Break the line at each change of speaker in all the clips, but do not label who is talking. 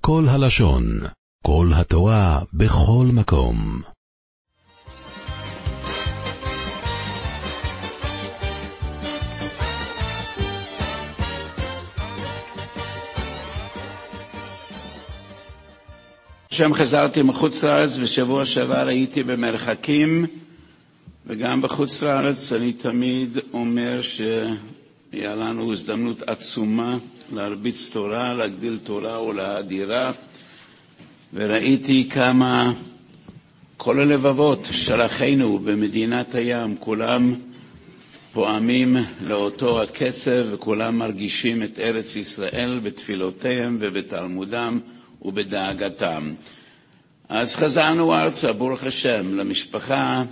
כל הלשון, כל התורה, בכל מקום.
שם חזרתי מחוץ לארץ, ושבוע שעבר הייתי במרחקים, וגם בחוץ לארץ אני תמיד אומר שהיה לנו הזדמנות עצומה להרביץ תורה, להגדיל תורה או להדירה, וראיתי כמה כל הלבבות של אחינו במדינת הים, כולם פועמים לאותו הקצב, וכולם מרגישים את ארץ ישראל בתפילותיהם ובתלמודם ובדאגתם. אז חזרנו ארצה, ברוך השם, למשפחה,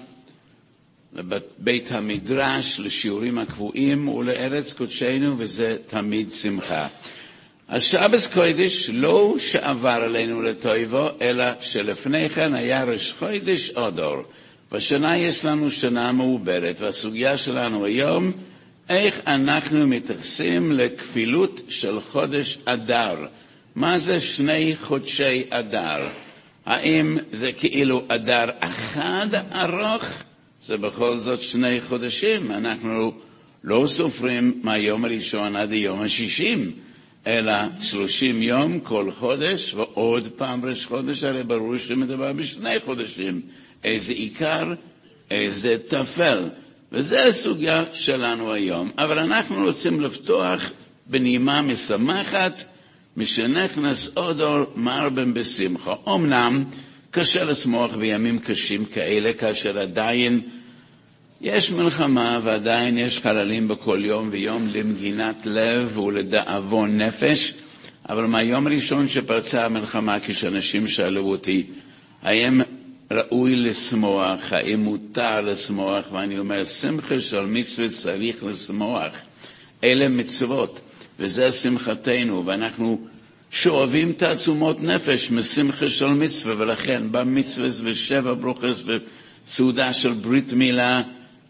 לבית המדרש, לשיעורים הקבועים ולארץ קודשנו, וזה תמיד שמחה. אז שבס קודש לא שעבר עלינו לטויבו, אלא שלפני כן היה ראש חודש אדר. בשנה יש לנו שנה מעוברת, והסוגיה שלנו היום, איך אנחנו מתייחסים לכפילות של חודש אדר. מה זה שני חודשי אדר? האם זה כאילו אדר אחד ארוך? זה בכל זאת שני חודשים. אנחנו לא סופרים מהיום הראשון עד היום ה-60, אלא 30 יום כל חודש, ועוד פעם ראש חודש, הרי ברור שמדבר בשני חודשים. איזה עיקר, איזה תפל. וזו הסוגיה שלנו היום. אבל אנחנו רוצים לפתוח בנימה משמחת, משנכנס אדר מרבים בשמחה. אמנם קשה לשמוח בימים קשים כאלה, כאשר עדיין יש מלחמה ועדיין יש חללים בכל יום ויום למגינת לב ולדאבון נפש, אבל מהיום הראשון שפרצה המלחמה, כשאנשים שאלו אותי האם ראוי לשמוח, האם מותר לשמוח, ואני אומר, שמחה של מצוות צריך לשמוח. אלה מצוות, וזה שמחתנו, ואנחנו שואבים תעצומות נפש משמחה של מצווה, ולכן במצווה ושבע ברוכס וסעודה של ברית מילה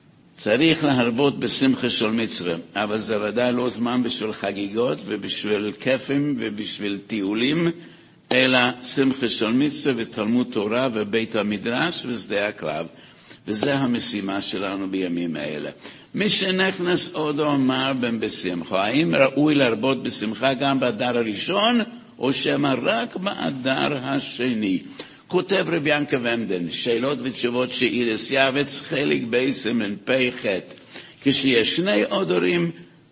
צריך להרבות בשמחה של מצווה. אבל זה ודאי לא זמן בשביל חגיגות ובשביל כיפים ובשביל טיולים, אלא שמחה של מצווה ותלמוד תורה ובית המדרש ושדה הקרב. וזה המשימה שלנו בימים האלה. מי שנכנס אדר מרבים בשמחה, האם ראוי להרבות בשמחה גם באדר הראשון, או שמה רק באדר השני? כותב רבי ינקה ומדן, שאלות ותשובות שאירס יעבץ, חלק בסימן פ"ח. כשיש שני אדרים,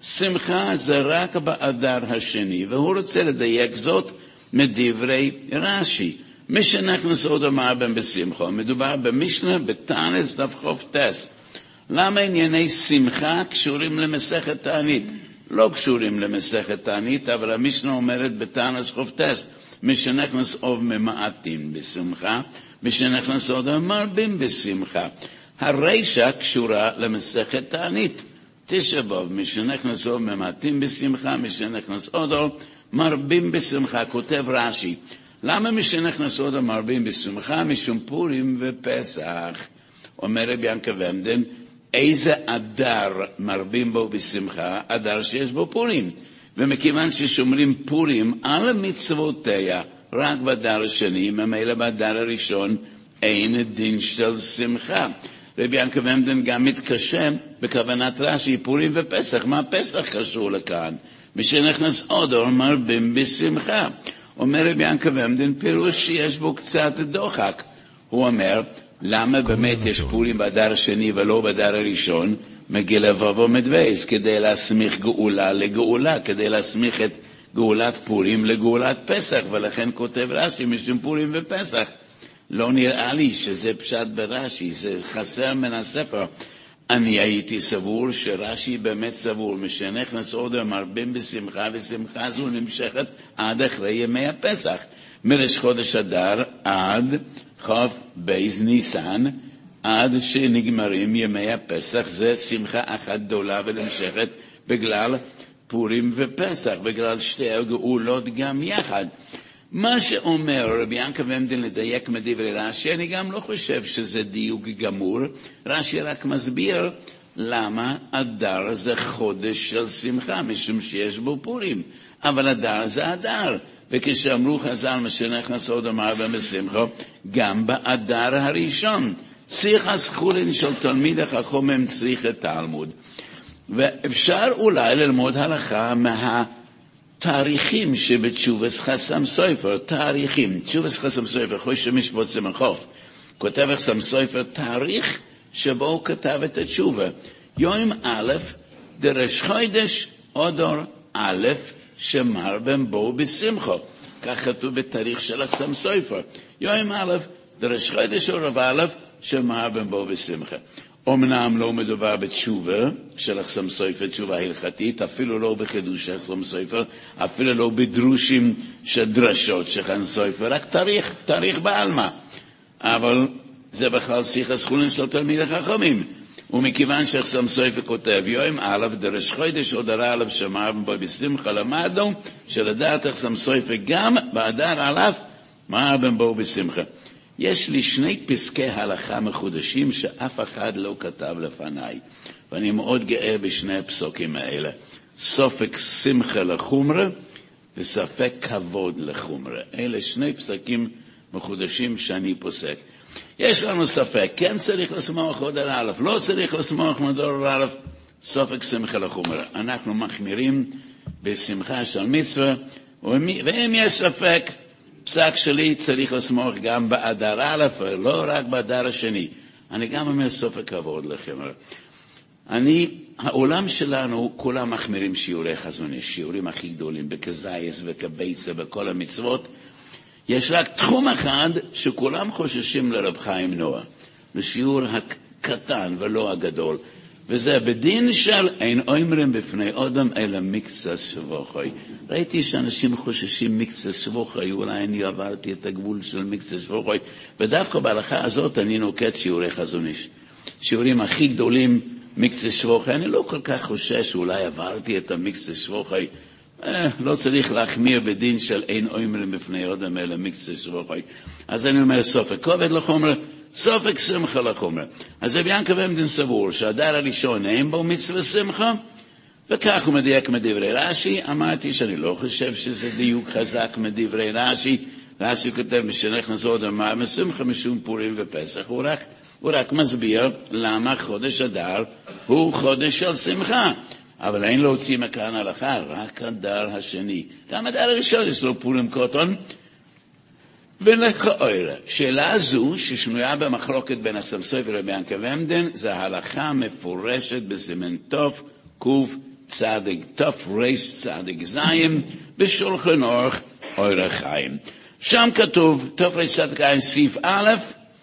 שמחה זה רק באדר השני, והוא רוצה לדייק זאת מדברי רש"י. מי שנכנס אדר מרבים בשמחה, מדובר במשנה בתענית דף ח"ט. למה ענייני שמחה קשורים למסכת תענית? לא קשורים למסכת תענית, אבל המשנה אומרת בתענית ח"ט, מי שנכנס אדר ממעטים בשמחה, מי שנכנס אדר מרבים בשמחה. הרשע קשורה למסכת תענית. תשעה באב, מי שנכנס אדר ממעטים בשמחה, מי שנכנס אדר מרבים בשמחה. כותב רש"י, למה מי שנכנס אדר מרבים בשמחה? משום פורים ופסח. אומר רבי ינקה ומדן, איזה אדר מרבים בו בשמחה? אדר שיש בו פורים. ומכיוון ששומרים פורים על מצוותיה רק באדר השני, ממילא באדר הראשון אין דין של שמחה. רבי ינקה ומדן גם מתקשה בכוונת רש"י, פורים ופסח. מה פסח קשור לכאן? מי שנכנס אדר מרבים בשמחה. אומר רבי ינקה ומדן, פירוש שיש בו קצת דוחק. הוא אומר, למה באמת יש פורים באדר השני ולא באדר הראשון? מגיל וו מדוויס, כדי להסמיך גאולה לגאולה, כדי להסמיך את גאולת פורים לגאולת פסח, ולכן כותב רש"י משום פורים ופסח. לא נראה לי שזה פשט ברש"י, זה חסר מן הספר. אני הייתי סבור שרש"י באמת סבור, משנכנס אדר מרבים בשמחה, ושמחה זו נמשכת עד אחרי ימי הפסח. מראש חודש אדר עד חוף בייז ניסן, עד שנגמרים ימי הפסח. זה שמחה אחת גדולה ונמשכת בגלל פורים ופסח, בגלל שתי הגאולות גם יחד. מה שאומר רבי ינקה ומדן לדייק מדברי רש"י, אני גם לא חושב שזה דיוק גמור. רש"י רק מסביר למה אדר זה חודש של שמחה, משום שיש בו פורים. אבל אדר זה אדר, וכשאמרו חז"ל משנכנס עוד אמר בשמחה, גם באדר הראשון. שיחס חולין של תלמיד החכמים צריך תלמוד. ואפשר אולי ללמוד הלכה מהתאריכים שבתשובס חסם סופר, תאריכים. תשובס חסם סופר, חושי משפט סמכוף. כותב חסם סופר תאריך שבו הוא כתב את התשובה. יום א' דרש חודש אדר א' שמרבם בו בשמחה. כך כתוב בתאריך של חסם סופר. יום א' דרש חודש אדר א' שמרבם בו בשמחה. אמנם לא מדובר בתשובה של חסם סופר, תשובה הלכתית, אפילו לא בחידוש של חסם סופר, אפילו לא בדרושים של דרשות של חסם סופר, רק תאריך בעלמא. אבל זה בכלל שיחס חולין של תלמיד החכמים. ומכיוון שחסם סופר כותב, יום א' דרש חודש אדר א' שמרבם בו בשמחה, למדנו שלדעת חסם סופר גם באדר א' מרבם בו בשמחה. יש לי שני פסקי הלכה מחודשים שאף אחד לא כתב לפניי, ואני מאוד גאה בשני הפסוקים האלה. סופק שמחה לחומרה וספק כבוד לחומרה. אלה שני פסקים מחודשים שאני פוסק. יש לנו ספק, כן צריך לשמוח אדר א', לא צריך לשמוח אדר א', סופק שמחה לחומרה. אנחנו מחמירים בשמחה של מצווה, ואם יש ספק, פסק שלי צריך לשמוח גם באדר א', לא רק באדר השני. אני גם אומר סופק כבוד לכם. העולם שלנו, כולם מחמירים שיעורי חזון איש, שיעורים הכי גדולים, בכזייס וכביצה, בכל המצוות. יש רק תחום אחד שכולם חוששים לרב חיים נוח, לשיעור הקטן ולא הגדול. וזה בדין של אין אומרים בפני אדם אלא מקצה שבוכי. ראיתי שאנשים חוששים מקצה שבוכי, אולי אני עברתי את הגבול של מקצה שבוכי, ודווקא בהלכה הזאת אני נוקט שיעורי חזון איש. שיעורים הכי גדולים מקצה שבוכי, אני לא כל כך חושש שאולי עברתי את המקצה שבוכי, לא צריך להחמיר בדין של אין אומרים בפני אדם אלא מקצה שבוכי. אז אני אומר סופק כבוד לחומרה, סופק שמחה לחומרה. אז רבי ינקב עמדן סבור שהדר הראשון אין בו מצווה שמחה, וכך הוא מדייק מדברי רש"י. אמרתי שאני לא חושב שזה דיוק חזק מדברי רש"י. רש"י כותב משנכנס עוד אמר משמחה משום פורים ופסח. הוא רק מסביר למה חודש אדר הוא חודש של שמחה. אבל אין להוציא מכאן הלכה, רק הדר השני. גם הדר הראשון יש לו פורים קוטון, ולכאורה, שאלה זו ששנויה במחלוקת בין חסם סופר ורבי ינקב עמדן, זה הלכה מפורשת בסימן תוף קוף צדק תוף ריש צדק זיים בשולחן אורך אור החיים. שם כתוב תוף ריש צדק זיים סעיף א',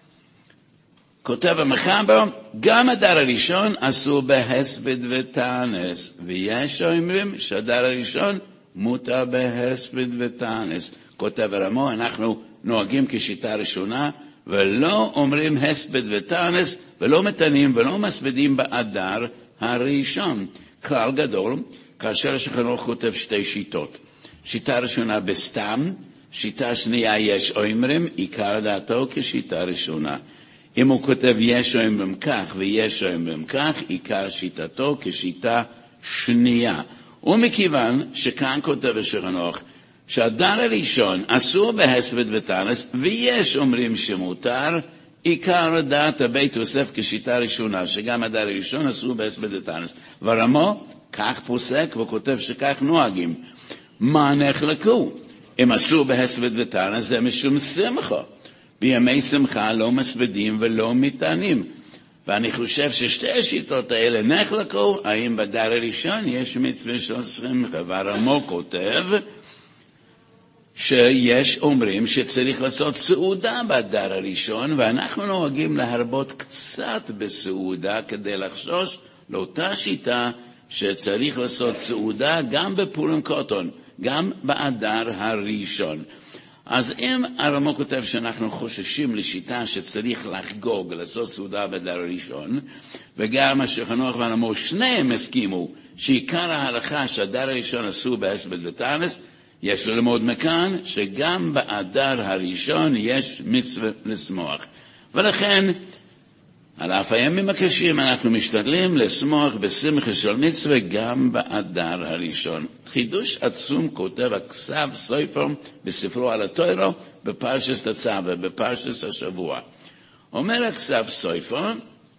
כותב המחבר, גם הדר הראשון אסור בהספד ותאנס, ויש אומרים שהדר הראשון מותר בהספד ותאנס. כותב הרמו, אנחנו נוהגים כשיטה ראשונה, ולא אומרים הספד ותאנס, ולא מתנים ולא מספדים באדר הראשון. כלל גדול, כאשר השולחן ערוך כותב שתי שיטות. שיטה ראשונה בסתם, שיטה שנייה יש אומרים, עיקר דעתו כשיטה ראשונה. אם הוא כותב יש אומרים כך ויש אומרים כך, עיקר שיטתו כשיטה שנייה. ומכיוון שכאן כותב השולחן ערוך, שהדר הראשון אסור בהספד ותאנס, ויש אומרים שמותר, עיקר דעת הבית יוסף כשיטה ראשונה, שגם הדר הראשון אסור בהספד ותאנס. ורמו, כך פוסק וכותב שכך נוהגים. מה נחלקו? אם אסור בהספד ותאנס, זה משום שמחה. בימי שמחה לא מספדים ולא מתאנים. ואני חושב ששתי השיטות האלה נחלקו, האם בדר הראשון יש מצווה של שמחה. ורמו כותב, שיש אומרים שצריך לעשות סעודה בדר הראשון, ואנחנו נוהגים להרבות קצת בסעודה כדי לחשוש לאותה שיטה שצריך לעשות סעודה גם בפורים קוטון, גם באדר הראשון. אז אם הרמו כותב שאנחנו חוששים לשיטה שצריך לחגוג, לעשות סעודה בדר הראשון, וגם השולחן ערוך והרמו שניהם הסכימו שעיקר ההלכה שהדר הראשון אסור בהספד ותאנס, יש ללמוד מכאן שגם באדר הראשון יש מצווה לשמוח. ולכן על אף הימים הקשים אנחנו משתדלים לשמוח בשמחה של מצווה גם באדר הראשון. חידוש עצום כותב הכסף סופר בספרו על התורה בפרשת הצווה, בפרשת השבוע. אומר הכסף סופר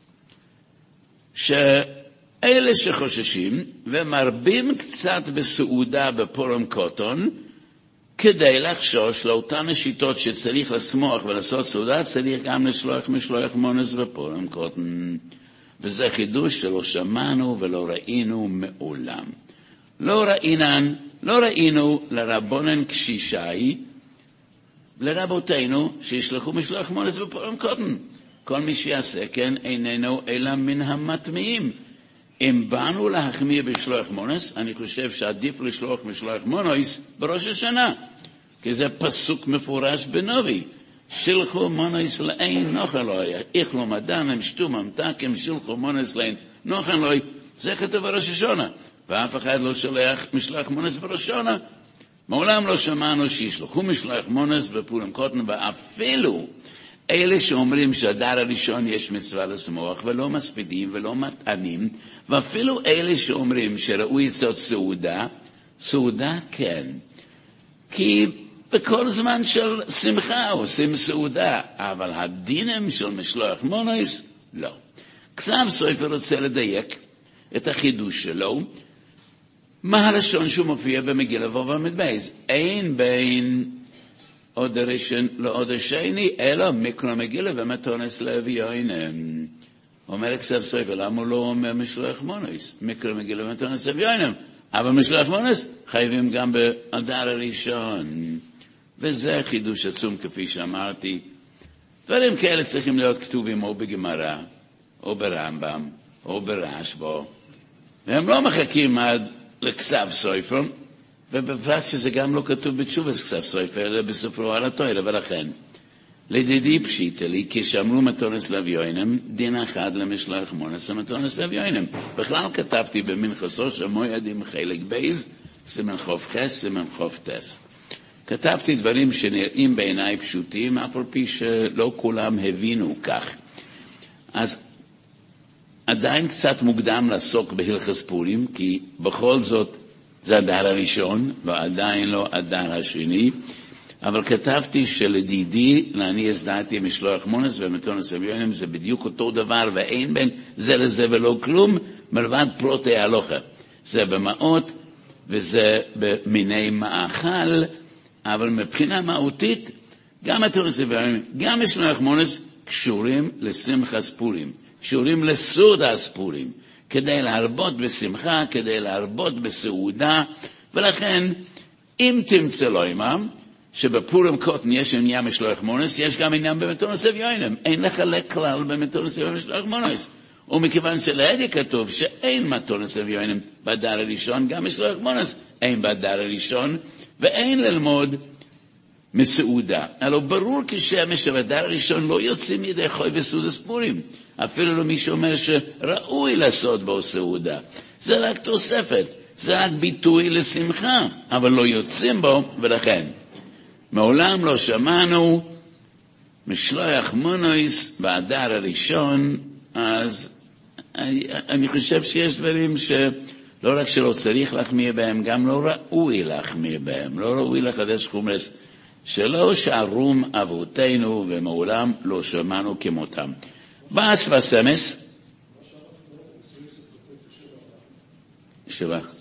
שאלה שחוששים ומרבים קצת בסעודה בפורם קוטון, כדי לחשוש לאותן השיטות שצריך לשמוח ולעשות סעודה, צריך גם לשלוח משלוח מונס בפורם קוטון. וזה חידוש שלא שמענו ולא ראינו מעולם. לא ראינו לרבונן קשישי, לרבותינו שישלחו משלוח מונס בפורם קוטון. כל מי שיעשה כן איננו אלא מן המטמיעים. אם באנו להחמיא בשלוח מונס, אני חושב שעדיף לשלוח משלוח מונס בראש השנה, כי זה פסוק מפורש בנובי. שלחו מונס לאין נוחן לוי, איכלו מדן, הם שתו ממתקים, שלחו מונס לאין נוחן לוי, זה כתוב בראש השנה, ואף אחד לא שלח משלוח מונס בראש השנה. מעולם לא שמענו שישלחו משלוח מונס בפורם קוטון, ואפילו אלה שאומרים שהדר הראשון יש מצווה לשמוח ולא מספידים ולא מטענים, ואפילו אלה שאומרים שראוי לעשות סעודה כן, כי בכל זמן של שמחה עושים סעודה, אבל הדינם של משלוח מונס לא. כסף סופר רוצה לדייק את החידוש שלו. מה הלשון שהוא מופיע במגילה ו' בייז? אין בין עוד הראשון לעוד השני, אלא מקרא מגילה ומתונס להביא עינם. אומר כסף סופר, למה לא אומר משלוח מונס? מקרא מגילה ומתונס להביא עינם. אבל משלוח מונס חייבים גם באדר הראשון. וזה חידוש עצום כפי שאמרתי. דברים כאלה צריכים להיות כתובים או בגמרא, או ברמב"ם, או ברשב"א. והם לא מחכים עד לכסף סופר, ובפרט שזה גם לא כתוב בתשובס כסף סופר, אלא בספרו על התורה, ולכן. לדידי פשיטה לי, כשאמרו מתונס להביא עינם, דין אחד למשלוח מונס ומתונס להביא עינם. בכלל כתבתי במנחסו שמוידים חלק בייז, סימן חוף חס, סימן חוף טס. כתבתי דברים שנראים בעיניי פשוטים, אף על פי שלא כולם הבינו כך. אז עדיין קצת מוקדם לעסוק בהלכס פורים, כי בכל זאת זה הדר הראשון, ועדיין לא הדר השני, אבל כתבתי שלדידי, אני הסדעתי משלוח מונס ומתונס להביא עינם, זה בדיוק אותו דבר, ואין בין זה לזה ולא כלום, מלבד פרוטי ההלכה. זה במעות, וזה במיני מאכל, אבל מבחינה מהותית, גם מתונס להביא עינם, גם משלוח מונס, קשורים לשמחה ספורים, קשורים לסעודה ספורים, כדי להרבות בשמחה, כדי להרבות בסעודה, ולכן, אם תמצא לו עמם, שבפורם קוטון יש עניין משלוח מונס, יש גם עניין במתונס להביא עינם. אין לחלק כלל במתונס להביא משלוח מונס. ומכיוון שלעדי כתוב שאין מתונס להביא עינם בדר הראשון, גם משלוח מונס אין בדר הראשון, ואין ללמוד מסעודה. הלוא ברור כשמש שבדר הראשון לא יוצאים ידי חוי וסעודה ספורים. אפילו לא מי שאומר שראוי לעשות בו סעודה. זה רק תוספת, זה רק ביטוי לשמחה, אבל לא יוצאים בו, ולכן. מעולם לא שמענו משלוח מונס באדר הראשון, אז אני חושב שיש דברים שלא רק שלא צריך להחמיא בהם, גם לא ראוי להחמיא בהם, לא ראוי לחדש חומרס, שלא שערום אבותינו ומעולם לא שמענו כמותם. באס וסמס, שבח.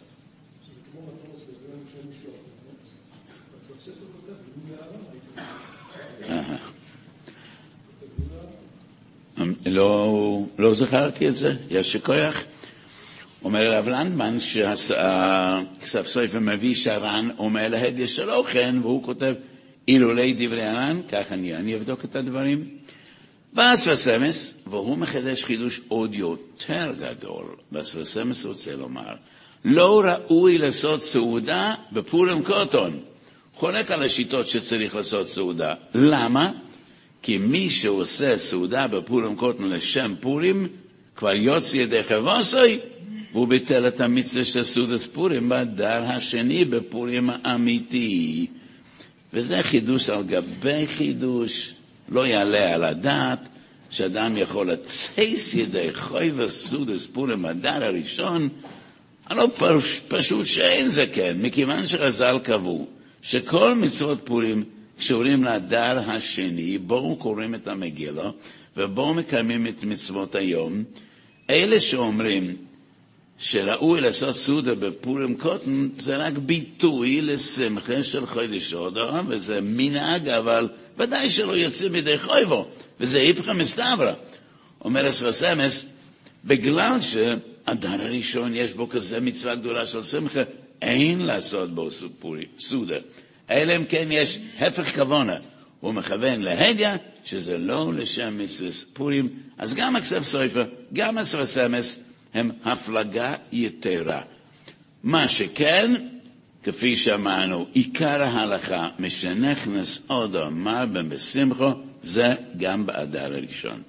לא זכרתי את זה, יש שכוח. אומר הרב לנדמן שהכסף סופר מביא שהר"ן אומר להדיה שלא כן, והוא כותב אילולי דברי הר"ן, כך אני אבדוק את הדברים. באס וסמס, והוא מחדש חידוש עוד יותר גדול. באס וסמס רוצה לומר, לא ראוי לעשות סעודה בפורם קוטון. חולק על השיטות שצריך לעשות סעודה. למה? כי מי שעושה סעודה בפורם קוטון לשם פורים, כבר יוצא ידי חבוסי, והוא ביטל את המצווה של סעודת פורים בדר השני בפורים האמיתי. וזה חידוש על גבי חידוש, לא יעלה על הדעת, שאדם יכול לצייס ידי חוי וסודס פורים הדר הראשון, הלא פשוט שאין זה כן, מכיוון שחז"ל קבעו שכל מצוות פורים קשורים לדר השני, בואו קוראים את המגילה ובואו מקיימים את מצוות היום. אלה שאומרים שראוי לעשות סעודה בפורים קוטן, זה רק ביטוי לשמחה של חודש אדר, וזה מנהג, אבל ודאי שלא יוצא מידי חויבו, וזה היפכא מסתברא. אומר אסרס אמס, בגלל שהדר הראשון יש בו כזה מצווה גדולה של שמחה, אין לעשות בו סעודה. אלא אם כן יש הפך כוונה, הוא מכוון להדיא, שזה לא לשם מצוות פורים. אז גם הכסף סופר, גם אסרס אמס, הם הפלגה יתרה. מה שכן, כפי שאמרנו, עיקר ההלכה, משנכנס אדר מרבים בשמחו, זה גם באדר הראשון.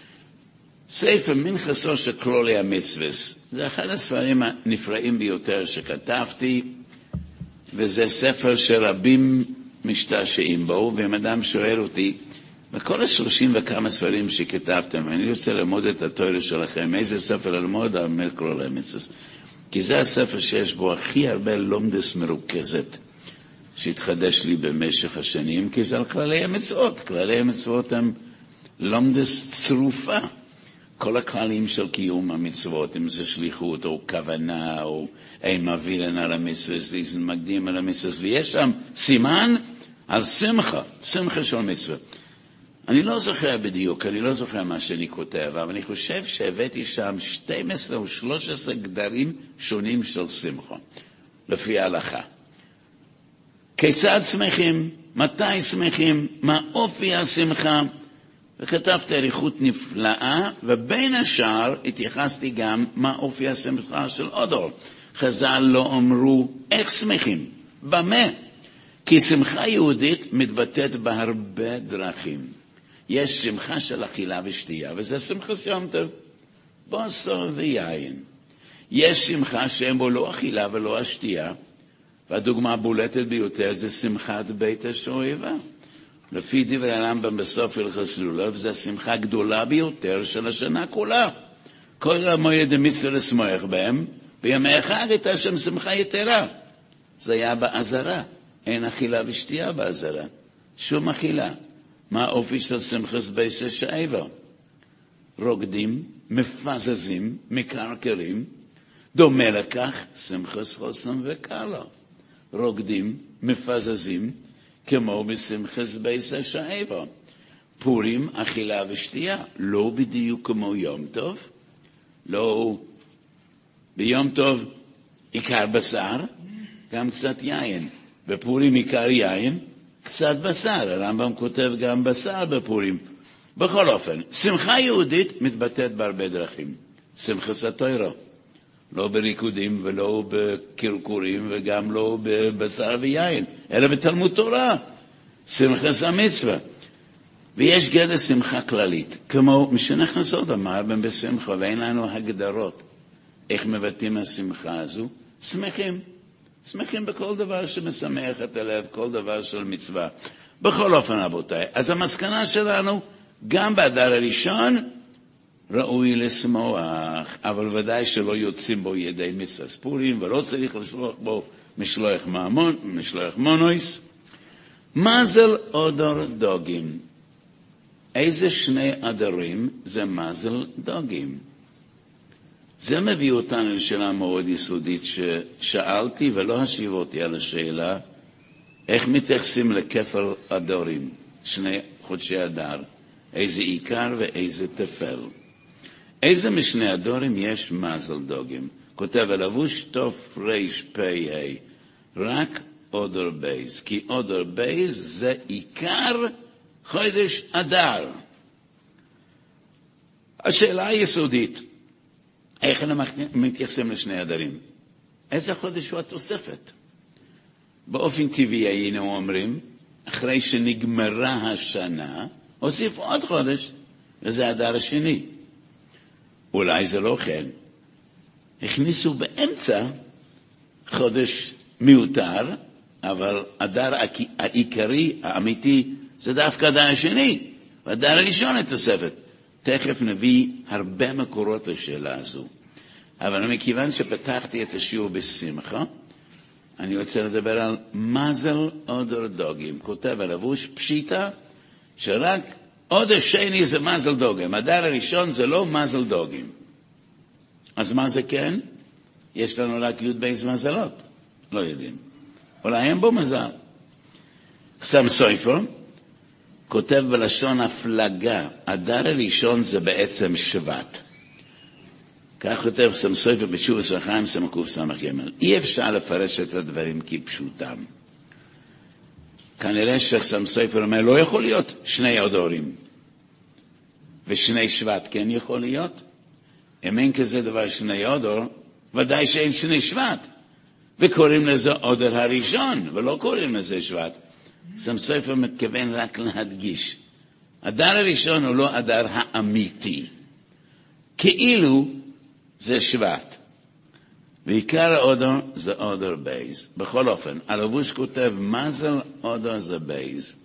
ספר מנחסו של כלולי המצווס, זה אחד הספרים הנפלאים ביותר שכתבתי, וזה ספר שרבים משתעשעים בו, ואם אדם שואל אותי, בכל 30 וכמה ספרים שכתבתם, אני רוצה ללמוד את התורה שלכם, איזה ספר ללמוד? אומר כלולי המצווס. כי זה הספר שיש בו הכי הרבה לומדס מרוכזת, שהתחדש לי במשך השנים, כי זה על כללי המצוות. כללי המצוות הם לומדס צרופה. כל הכללים של קיום המצוות, אם זה שליחות או כוונה, או אין מבילן על המצוות, איזן מקדים על המצוות, ויש שם סימן על שמחה, שמחה של מצוות. אני לא זוכר בדיוק, אני לא זוכר מה שאני כותב, אבל אני חושב שהבאתי שם 12 או 13 גדרים שונים של שמחה, לפי ההלכה. כיצד שמחים? מתי שמחים? מה אופי השמחה? וכתבתי אריכות נפלאה, ובין השאר התייחסתי גם מה אופי השמחה של אדר. חז"ל לא אמרו איך שמחים, במה? כי שמחה יהודית מתבטאת בהרבה דרכים. יש שמחה של אכילה ושתייה, וזה שמחה יום טוב, בוסר ויין. יש שמחה שאין בו לא אכילה ולא השתייה, והדוגמה הבולטת ביותר זה שמחת בית השואבה. לפי דברי הרמב"ם בסוף הלכות לולב, זה השמחה הגדולה ביותר של השנה כולה. כל המועד המצווה לשמוח בהם, בימי החג הייתה שם שמחה יתרה. זה היה בעזרה, אין אכילה ושתייה בעזרה, שום אכילה. מה האופי של שמחת בית השואבה? רוקדים, מפזזים, מקרקרים, דומה לכך שמחת חוסן וקלה. רוקדים, מפזזים, כמו בשמחת בית השואבה. פורים, אכילה ושתייה, לא בדיוק כמו יום טוב, לא ביום טוב עיקר בשר, גם קצת יין. בפורים עיקר יין, קצת בשר. הרמב"ם כותב גם בשר בפורים. בכל אופן, שמחה יהודית מתבטאת בהרבה דרכים. שמחת התורה, לא בריקודים ולא בקרקורים וגם לא בבשר ויין, אלא בתלמוד תורה. שמחת המצווה. ויש גדר שמחה כללית, כמו משנכנס עוד המרבים בשמחה, ואין לנו הגדרות. איך מבטאים השמחה הזו? שמחים. שמחים בכל דבר שמשמח את הלב, כל דבר של מצווה. בכל אופן, רבותיי, אז המסקנה שלנו, גם באדר הראשון, ראוי לשמוח, אבל ודאי שלא יוצאים בו ידי מצוות פורים, ולא צריך לשלוח בו משלוח מונויס. מזל אדר דוגים. איזה שני אדרים זה מזל דוגים? זה מביא אותנו לשאלה מאוד יסודית ששאלתי ולא השיב אותי על השאלה, איך מתייחסים לכפל אדרים, שני חודשי אדר, איזה עיקר ואיזה תפל. איזה משני אדרים יש מזל דוגים? כותב הלבוש תוף ריש פי ה' רק אדר בייז, כי אדר בייז זה עיקר חודש אדר. השאלה היסודית, איך אנחנו מתייחסים לשני אדרים? איזה חודש הוא התוספת? באופן טבעי היינו אומרים, אחרי שנגמרה השנה, הוסיף עוד חודש, וזה אדר השני. אולי זה לא כן. הכניסו באמצע חודש מיותר, אבל אדר העיקרי, האמיתי, זה דווקא אדר השני, והאדר הראשון התוספת. תכף נביא הרבה מקורות לשאלה הזו. אבל מכיוון שפתחתי את השיעור בשמחה, אני רוצה לדבר על מזל אודר דוגים. כותב הלבוש פשיטה, שרק אודר שני זה מזל דוגם. הדר הראשון זה לא מזל דוגים. אז מה זה כן? יש לנו רק י' בייס מזלות. לא יודעים. אולי אין בו מזל. חסם סופר, כותב בלשון הפלגה, הדר הראשון זה בעצם שבט. כך כותב חסם סופר בתשובה סחיים סמקוף סמך ימל. אי אפשר לפרש את הדברים כפשוטם. כנראה שחסם סופר אומר, לא יכול להיות שני אודורים. ושני שבט כן יכול להיות. אם אין כזה דבר שני אודור, ודאי שאין שני שבט. וקוראים לזה אודר הראשון, ולא קוראים לזה שבט. חסם סופר מתכוון רק להדגיש. הדר הראשון הוא לא הדר האמיתי. כאילו זה שבט. ועיקר האודר זה אודר בייז. בכל אופן, הלבוש כותב מזל אודר זה בייז.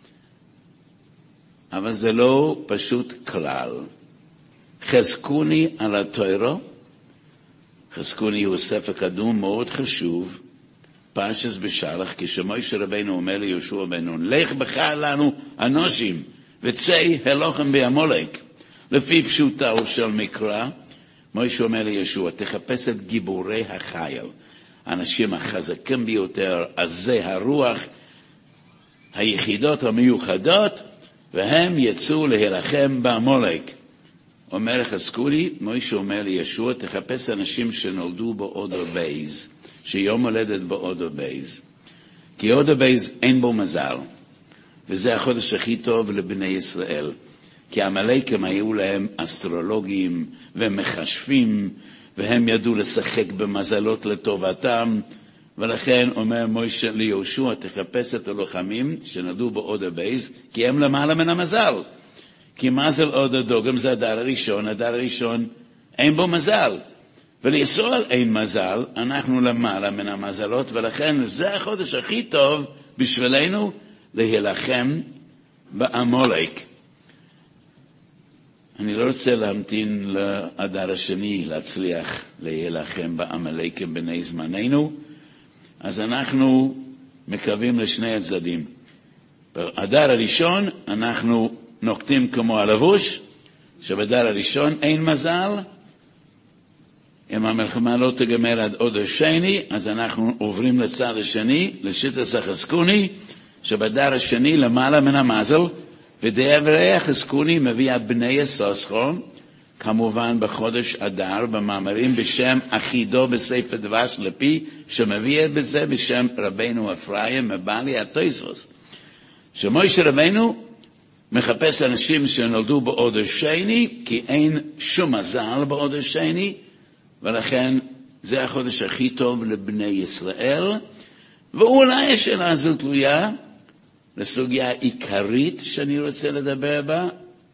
אבל זה לא פשוט כלל. חזקוני על התוירו. חזקוני הוא ספר קדום מאוד חשוב. פרשס בשלח, כשמוישה רבינו אומר ליהושע בן נון, לך בחר לנו אנושים, וצא הלוכם בעמלק. לפי פשוטו של מקרא, מוישה אומר ליהושע, תחפש את גיבורי החיל, האנשים החזקים ביותר, עזי הרוח, היחידות המיוחדות, והם יצאו להילחם בעמלק. אומר חזקוני, מוישה אומר ליהושע, תחפש אנשים שנולדו באודר בייז, שיום הולדת באודר בייז. כי אודר בייז אין בו מזל, וזה החודש הכי טוב לבני ישראל. כי המלאקים היו להם אסטרולוגים ומחשבים, והם ידעו לשחק במזלות לטובתם, ולכן אומר מוישה ליהושע, תחפש את הלוחמים שנולדו באודר בייז, כי הם למעלה מן המזל. כי מזל אודר דוגם זה הדר הראשון, הדר הראשון אין בו מזל. ולישראל אין מזל, אנחנו למעלה מן המזלות, ולכן זה החודש הכי טוב בשבילנו להילחם בעמלק. אני לא רוצה להמתין לאדר השני להצליח להילחם בעמלקים בני זמננו, אז אנחנו מקווים לשני הצדדים. באדר הראשון אנחנו נוקטים כמו הלבוש, שבאדר הראשון אין מזל, אם המלחמה לא תגמר עד אודר שני, אז אנחנו עוברים לצד השני, לשיטת החזקוני, שבאדר השני למעלה מן המזל, ודברי החזקוני מביא בני יששכר, כמובן בחודש אדר, במאמרים בשם אחידו בספר דבש לפי, שמביא בזה בשם רבינו אפרים מבעלי התוספות. שמוישה רבינו מחפש אנשים שנולדו באודר שני, כי אין שום מזל באודר שני, ולכן זה החודש הכי טוב לבני ישראל, ואולי השאלה הזו תלויה לסוגיה עיקרית שאני רוצה לדבר בה,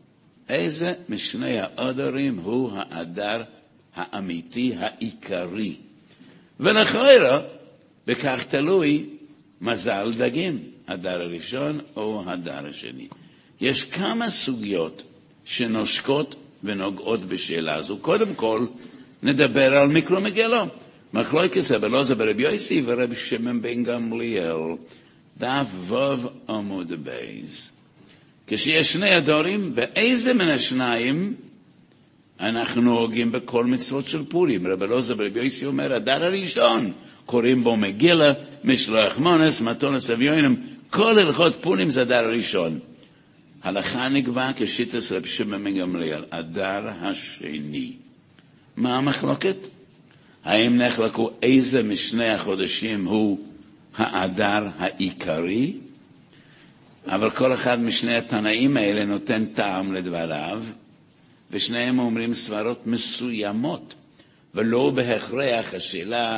איזה משני האודרים הוא האדר האמיתי העיקרי. ולכאורה, בכך תלוי מזל דגים, הדר הראשון או הדר השני. יש כמה סוגיות שנושקות ונוגעות בשאלה הזו. קודם כל, נדבר על מיקרו מגלו. מחלוקת רבי אלעזר ברבי יוסי ורבי שמעון בן גמליאל. דף ו' עמוד בייז. כשיש שני הדורים, באיזה מן השניים אנחנו נוהגים בכל מצוות של פורים? רבי אלעזר ברבי יוסי אומר, הדר הראשון, קוראים בו מגילה, משלוח מונס, מתונס אביונים, כל הלכות פורים זה הדר הראשון. הלכה נקבע כשיטת רבי שמעון בן גמליאל, הדר השני. מה המחלוקת? האם נחלקו איזה משני החודשים הוא האדר העיקרי? אבל כל אחד משני התנאים האלה נותן טעם לדבריו, ושניהם אומרים סברות מסוימות, ולא בהכרח השאלה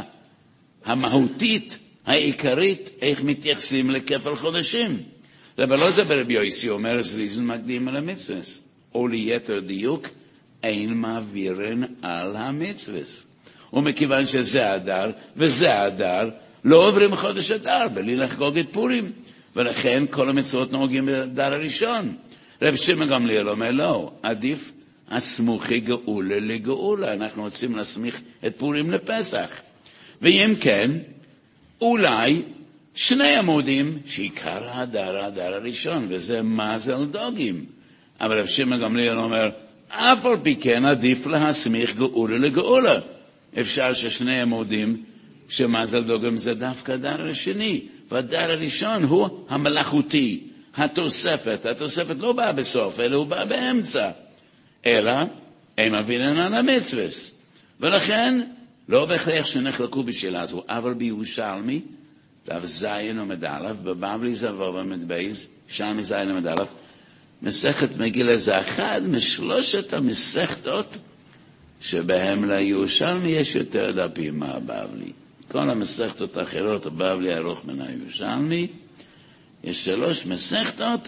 המהותית, העיקרית, איך מתייחסים לכפל חודשים. רבי אלעזר ברבי יוסי אומר, זריזן מקדים על המצוות, או ליתר דיוק, אין מעבירן על המצוות. ומכיוון שזה הדר וזה הדר, לא עוברים חודש אדר בלי לחגוג את פורים, ולכן כל המצוות נוהגים בדר הראשון. רבי שמעון גמליאל אומר, לא, עדיף הסמוכי גאולה לגאולה. אנחנו רוצים להסמיך את פורים לפסח. ואם כן, אולי שני עמודים שעיקר הדר הראשון, וזה מזל דוגים. אבל רב שמעון גמליאל אומר, אף על פי כן עדיף להסמיך גאולה לגאולה. אפשר ששני עמודים שמזל דוגים זה דווקא הדר השני, והדר הראשון הוא המלאכותי, התוספת. התוספת לא באה בסוף, אלא הוא בא באמצע. אלא הם אבינן על המצווס. ולכן לא בהכרח שנחלקו בשאלה הזו, אבל בירושלמי, דף זין עמוד א', בבבלי זווב עמוד בייז, שם זין עמוד א', מסכת מגילה זה אחד משלושת המסכתות שבהם לירושלמי יש יותר דפים מהבבלי. כל המסכתות האחרות, הבבלי ארוך מן הירושלמי, יש 3 מסכתות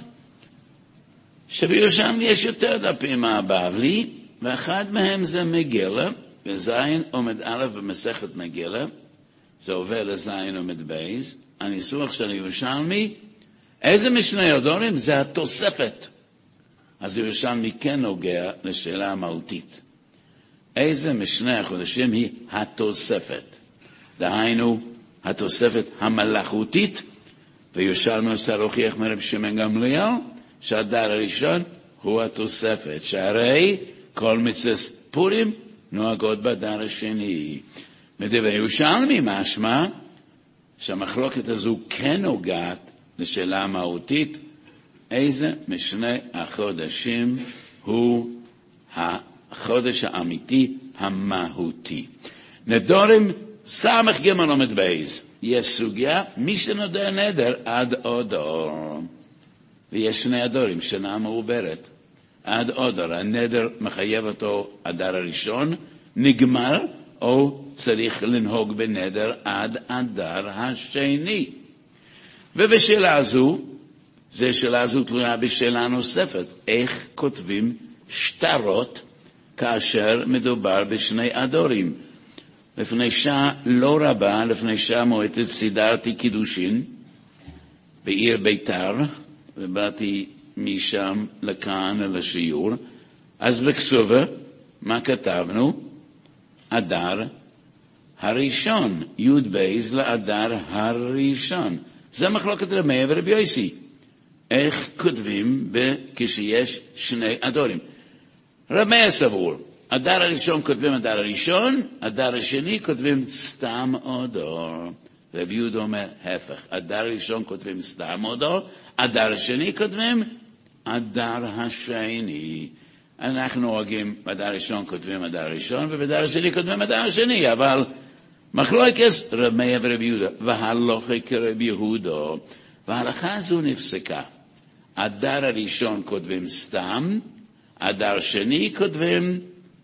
שבירושלמי יש יותר דפים מהבבלי, ואחד מהם זה מגילה, וזין עומד א' במסכת מגילה, זה עובר לזין עומד בייז. הניסוח של ירושלמי, איזה משני הדורים? זה התוספת. אז ירושלמי כן נוגע לשאלה המהותית. איזה משני החודשים היא התוספת? דהיינו, התוספת המלאכותית, וירושלמי עושה להוכיח מרב שמעון גמליאל, שהדר הראשון הוא התוספת, שהרי כל מצוות פורים נוהגות בדר השני. מדבר ירושלמי משמע שהמחלוקת הזו כן נוגעת לשאלה המהותית, איזה משני החודשים הוא החודש האמיתי המהותי. נדורים סמך ג' עומד בייז. יש סוגיה, מי שנודר נדר עד אודור. ויש שני הדורים, שנה מעוברת. עד אודור, הנדר מחייב אותו הדר הראשון, נגמר, או צריך לנהוג בנדר עד הדר השני. ובשאלה הזו, זה שאלה הזו תלויה בשאלה נוספת, איך כותבים שטרות כאשר מדובר בשני הדורים. לפני שעה לא רבה, לפני שעה מועטת, סידרתי קידושין בעיר ביתר, ובאתי משם לכאן לשיעור. אז בכסובה, מה כתבנו? אדר הראשון, י' בייז לאדר הראשון. זה מחלוקת רבי מאיר ורבי יוסי. איך כותבים כשיש שני אדורים? רבי מאיר סבור, אדר הראשון כותבים אדר הראשון, אדר השני כותבים סתם אודור. רבי יהודה אומר, הפך, אדר הראשון כותבים סתם אודור, אדר השני כותבים אדר השני. אנחנו נוהגים בדר הראשון כותבים אדר הראשון, ובדר השני כותבים אדר השני, אבל מחלוקת רבי מאיר ורבי יהודה, והלכה כרבי יהודה, וההלכה הזו נפסקה. אדר הראשון כותבים סתם, אדר שני כותבים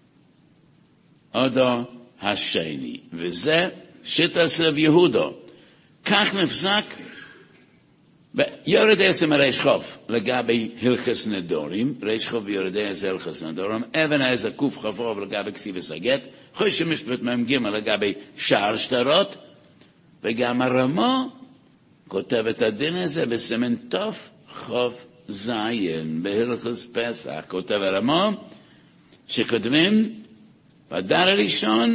אודו השני, וזה שיטת רבי יהודה. כך נפסק ביורדי עשם ריש חוף לגבי הלכס נדורים, ריש חוף ויורדי עשם הלכס נדורים, אבן העזר קוף חפוב לגבי כתיבס הגט, חוש משפט מ"ג לגבי שער שטרות, וגם הרמו כותב את הדין הזה בסימן תוף חוף זין בהלכס פסח. כותב הרמו שכותבים בדר הראשון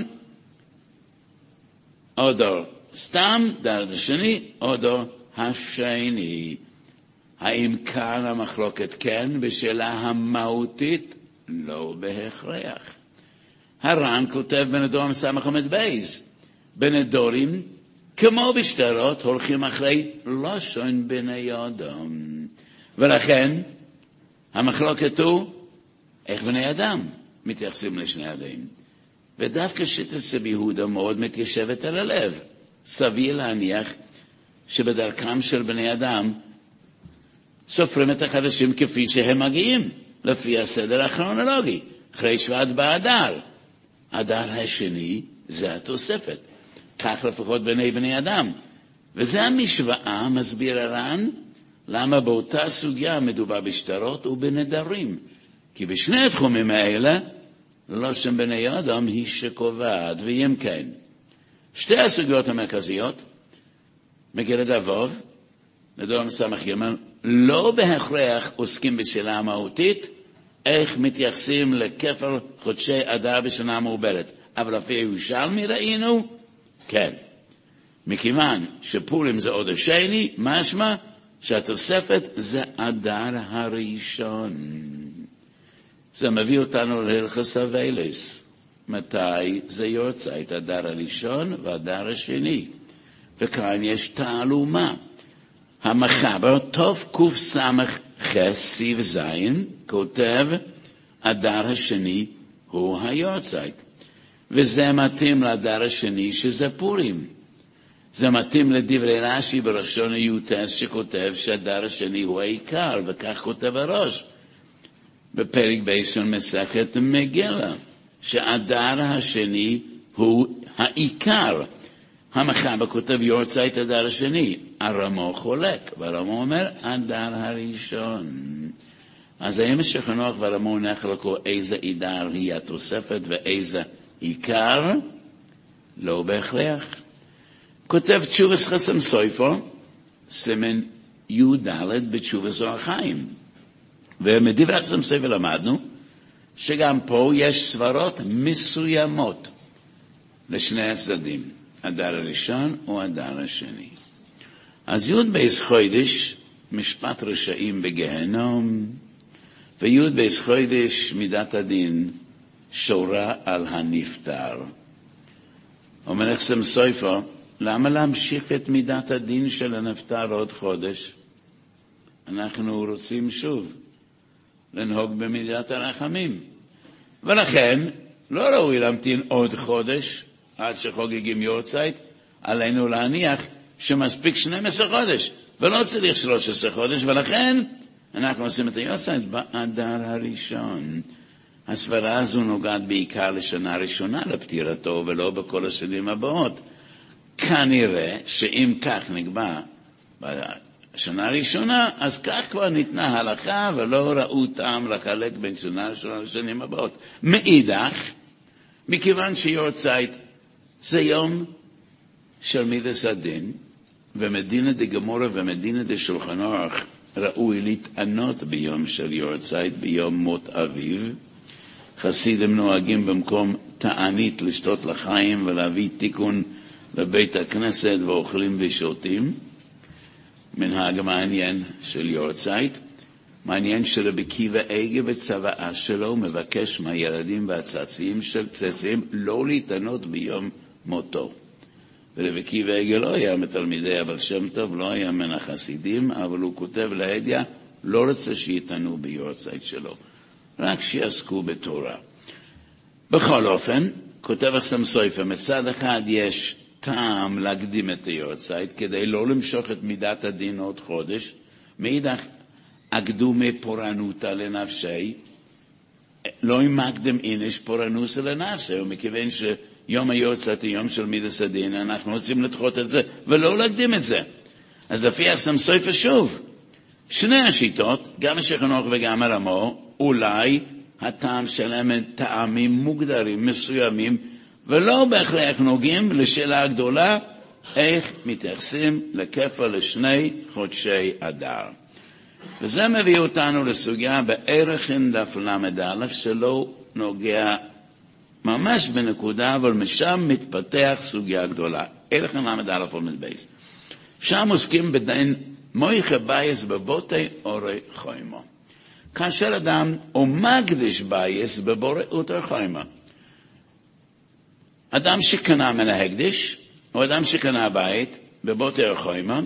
אודור סתם, דר השני אודור השני. האם כאן המחלוקת כן בשאלה המהותית? לא בהכרח. הר"ן כותב בנדורים סמך עמוד בייז, בנדורים כמו בשטרות הולכים אחרי לשון בני אדם, ולכן המחלוקת הוא איך בני אדם מתייחסים לשני אדם. ודווקא שיטת רבי יהודה מאוד מתיישבת על הלב. סביר להניח שבדרכם של בני אדם סופרים את החדשים כפי שהם מגיעים, לפי הסדר הכרונולוגי. אחרי שבט באדר, אדר השני זה התוספת. כך לפחות בני אדם. וזה המשוואה, מסביר הר"ן, למה באותה סוגיה מדובר בשטרות ובנדרים. כי בשני התחומים האלה, לא שם בני אדם היא שקובעת, ואם כן. שתי הסוגיות המרכזיות, מגילת אבות, נדורים סמך ג', לא בהכרח עוסקים בשאלה המהותית, איך מתייחסים לכפל חודשי אדר בשנה מעוברת. אבל לפי הירושלמי ראינו, כן. מכיוון שפורים זה עוד השני, משמע שהתוספת זה אדר הראשון. זה מביא אותנו להלכות אבלות. מתי זה יורצייט? אדר הראשון ואדר השני. וכאן יש תעלומה. המחבר טוב קס"ח סיב זין כותב אדר השני הוא היורצייט. וזה מתאים לאדר השני שזה פורים. זה מתאים לדברי רש"י בראשון היוטס שכותב שהאדר השני הוא העיקר, וכך כותב הראש. בפרק ביישון מסכת מגילה, שהאדר השני הוא העיקר. המחבר כותב יורצייט אדר השני, הרמו חולק, והרמו אומר אדר הראשון. אז האם שכנוח והרמו נחלקו איזה אדר היא התוספת ואיזה עיקר? לא בהכרח. כותב תשובס חסם סופר, סימן י"ד בתשובס אור החיים. ומדברי חסם סופר למדנו שגם פה יש סברות מסוימות לשני הצדדים, אדר הראשון או אדר השני. אז י' בייס חודש משפט רשעים בגהנום, וי' בייס חודש מידת הדין שורה על הנפטר. אומר חסם סופר, למה להמשיך את מידת הדין של הנפטר עוד חודש? אנחנו רוצים שוב לנהוג במידת הרחמים. ולכן לא ראוי להמתין עוד חודש עד שחוגגים יורצייט, עלינו להניח שמספיק 12 חודש, ולא צריך 13 חודש, ולכן אנחנו עושים את היורצייט באדר הראשון. הסברה הזו נוגעת בעיקר לשנה הראשונה לפטירתו, ולא בכל השנים הבאות. כנראה שאם כך נקבע בשנה הראשונה, אז כך כבר ניתנה הלכה, ולא ראו טעם לחלק בין שנה הראשונה לשנים הבאות. מאידך, מכיוון שיורצייט זה יום של מידס הדין, ומדינה דגמורה ומדינה דשולחן אורך ראוי להתענות ביום של יורצייט, ביום מות אביו. חסידים נוהגים במקום תענית לשתות לחיים ולהביא תיקון לבית הכנסת ואוכלים ושותים. מנהג מעניין של יורצייט, מעניין שרבי עקיבא איגר בצוואה שלו מבקש מהילדים והצאצאים של צאצאים לא להתענות ביום מותו. ורבי עקיבא איגר לא היה מתלמידי הבעל שם טוב, לא היה מן החסידים, אבל הוא כותב להדיא, לא רוצה שיתענו ביורצייט שלו, רק שיעסקו בתורה. בכל אופן, כותב חסם סופר, מצד אחד יש טעם להקדים את היורצייט כדי לא למשוך את מידת הדין עוד חודש, מאידך אקדומי פורענותא לנפשי, לא ימקדם איניש פורענותא לנפשי, ומכיוון שיום היורצייט הוא יום של מידת הדין, אנחנו רוצים לדחות את זה ולא להקדים את זה. אז לפי חסם סופר שוב, שני השיטות, גם השכנוך וגם הרמו, אולי הטעם שלהם הם טעמים מוגדרים, מסוימים, ולא בהכרח נוגעים לשאלה הגדולה, איך מתייחסים לכפל לשני חודשי אדר. וזה מביא אותנו לסוגיה בערכין דף למד שלא נוגע ממש בנקודה, אבל משם מתפתח סוגיה גדולה. ערכין למד עומד בייס. שם עוסקים בדין מויכה בייס בבוטי אורי חוימו. כאשר אדם הוא מקדיש בייס בבורי אורי חוימו. אדם שקנה מן ההקדיש, או אדם שקנה בית בבוטי אורי חוימו,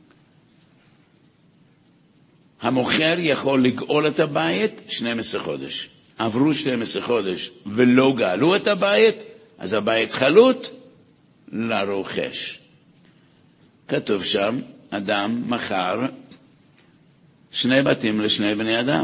המוכר יכול לגאול את הבית 12 חודש. עברו 12 חודש ולא גאלו את הבית, אז הבית חלוט לרוכש. כתוב שם, אדם מכר 2 בתים לשני בני אדם.